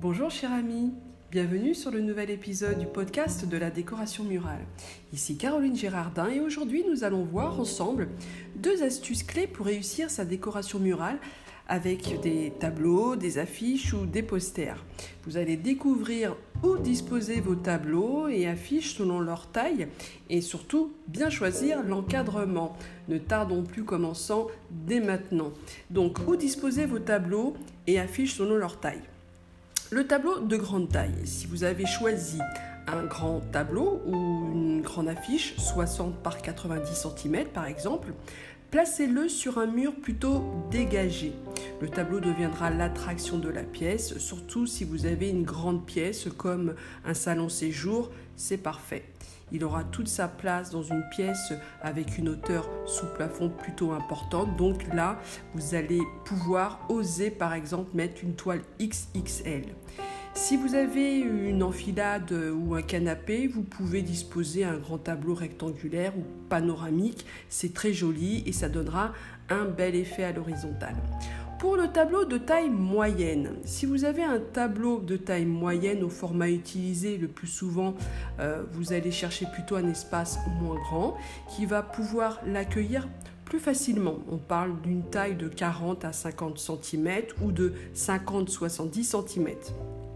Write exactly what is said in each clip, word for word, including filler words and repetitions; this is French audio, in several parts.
Bonjour chers amis, bienvenue sur le nouvel épisode du podcast de la décoration murale. Ici Caroline Gérardin et aujourd'hui nous allons voir ensemble deux astuces clés pour réussir sa décoration murale avec des tableaux, des affiches ou des posters. Vous allez découvrir où disposer vos tableaux et affiches selon leur taille et surtout bien choisir l'encadrement. Ne tardons plus, commençons dès maintenant. Donc où disposer vos tableaux et affiches selon leur taille. Le tableau de grande taille, si vous avez choisi un grand tableau ou une grande affiche, soixante par quatre-vingt-dix centimètres par exemple, placez-le sur un mur plutôt dégagé. Le tableau deviendra l'attraction de la pièce, surtout si vous avez une grande pièce comme un salon séjour, c'est parfait. Il aura toute sa place dans une pièce avec une hauteur sous plafond plutôt importante. Donc là, vous allez pouvoir oser par exemple mettre une toile X X L. Si vous avez une enfilade ou un canapé, vous pouvez disposer un grand tableau rectangulaire ou panoramique. C'est très joli et ça donnera un bel effet à l'horizontale. Pour le tableau de taille moyenne, si vous avez un tableau de taille moyenne au format utilisé le plus souvent, euh, vous allez chercher plutôt un espace moins grand qui va pouvoir l'accueillir plus facilement. On parle d'une taille de quarante à cinquante centimètres ou de cinquante à soixante-dix centimètres.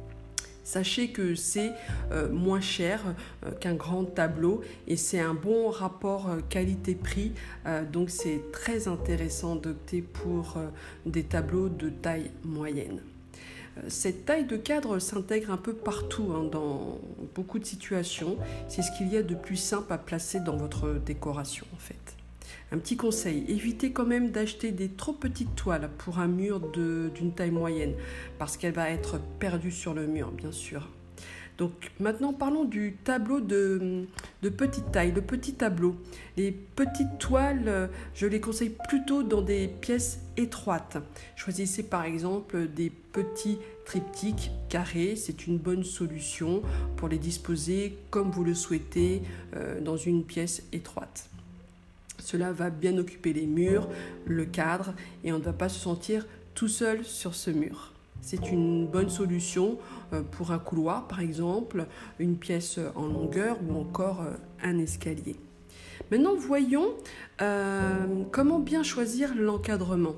Sachez que c'est euh, moins cher euh, qu'un grand tableau et c'est un bon rapport euh, qualité-prix. Euh, donc c'est très intéressant d'opter pour euh, des tableaux de taille moyenne. Euh, cette taille de cadre s'intègre un peu partout, hein, dans beaucoup de situations. C'est ce qu'il y a de plus simple à placer dans votre décoration en fait. Un petit conseil, évitez quand même d'acheter des trop petites toiles pour un mur de, d'une taille moyenne parce qu'elle va être perdue sur le mur, bien sûr. Donc maintenant parlons du tableau de, de petite taille, le petit tableau. Les petites toiles, je les conseille plutôt dans des pièces étroites. Choisissez par exemple des petits triptyques carrés, c'est une bonne solution pour les disposer comme vous le souhaitez euh, dans une pièce étroite. Cela va bien occuper les murs, le cadre et on ne va pas se sentir tout seul sur ce mur. C'est une bonne solution pour un couloir par exemple, une pièce en longueur ou encore un escalier. Maintenant voyons euh, comment bien choisir l'encadrement.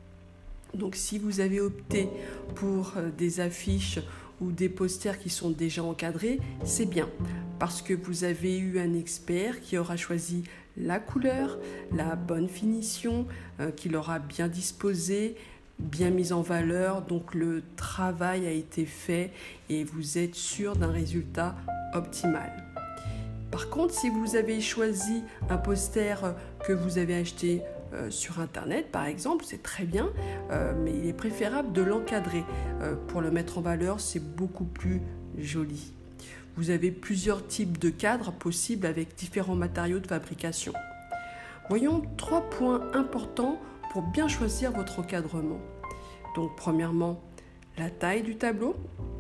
Donc si vous avez opté pour des affiches ou des posters qui sont déjà encadrés, c'est bien parce que vous avez eu un expert qui aura choisi la couleur, la bonne finition, euh, qui l'aura bien disposé, bien mise en valeur. Donc le travail a été fait et vous êtes sûr d'un résultat optimal. Par contre, si vous avez choisi un poster que vous avez acheté euh, sur internet par exemple, c'est très bien, euh, mais il est préférable de l'encadrer. Euh, pour le mettre en valeur, c'est beaucoup plus joli. Vous avez plusieurs types de cadres possibles avec différents matériaux de fabrication. Voyons trois points importants pour bien choisir votre encadrement. Donc premièrement, la taille du tableau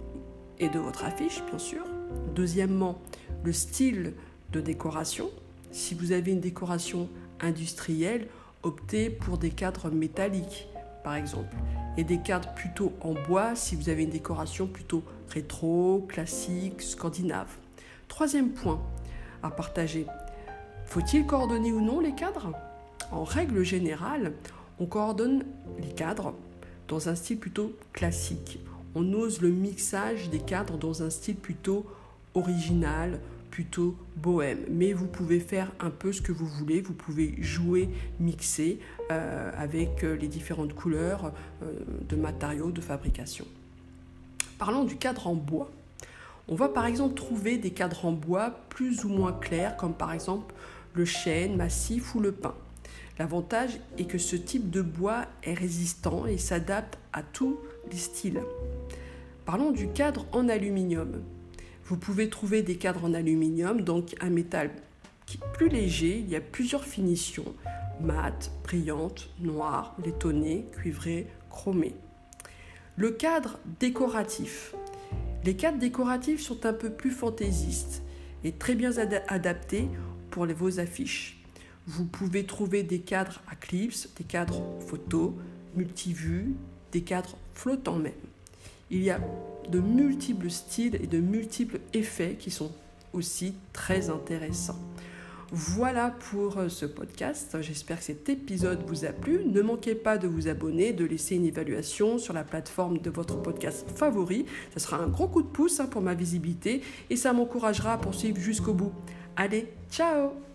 et de votre affiche, bien sûr. Deuxièmement, le style de décoration. Si vous avez une décoration industrielle, optez pour des cadres métalliques, par exemple, et des cadres plutôt en bois si vous avez une décoration plutôt rétro, classique, scandinave. Troisième point à partager. Faut-il coordonner ou non les cadres ? En règle générale, on coordonne les cadres dans un style plutôt classique. On ose le mixage des cadres dans un style plutôt original, plutôt bohème. Mais vous pouvez faire un peu ce que vous voulez. Vous pouvez jouer, mixer euh, avec les différentes couleurs euh, de matériaux de fabrication. Parlons du cadre en bois. On va par exemple trouver des cadres en bois plus ou moins clairs, comme par exemple le chêne, massif ou le pin. L'avantage est que ce type de bois est résistant et s'adapte à tous les styles. Parlons du cadre en aluminium. Vous pouvez trouver des cadres en aluminium, donc un métal qui est plus léger. Il y a plusieurs finitions, mat, brillante, noire, laitonné, cuivré, chromé. Le cadre décoratif. Les cadres décoratifs sont un peu plus fantaisistes et très bien ad- adaptés pour les, vos affiches. Vous pouvez trouver des cadres à clips, des cadres photos, multivues, des cadres flottants même. Il y a de multiples styles et de multiples effets qui sont aussi très intéressants. Voilà pour ce podcast. J'espère que cet épisode vous a plu. Ne manquez pas de vous abonner, de laisser une évaluation sur la plateforme de votre podcast favori. Ça sera un gros coup de pouce pour ma visibilité et ça m'encouragera à poursuivre jusqu'au bout. Allez, ciao!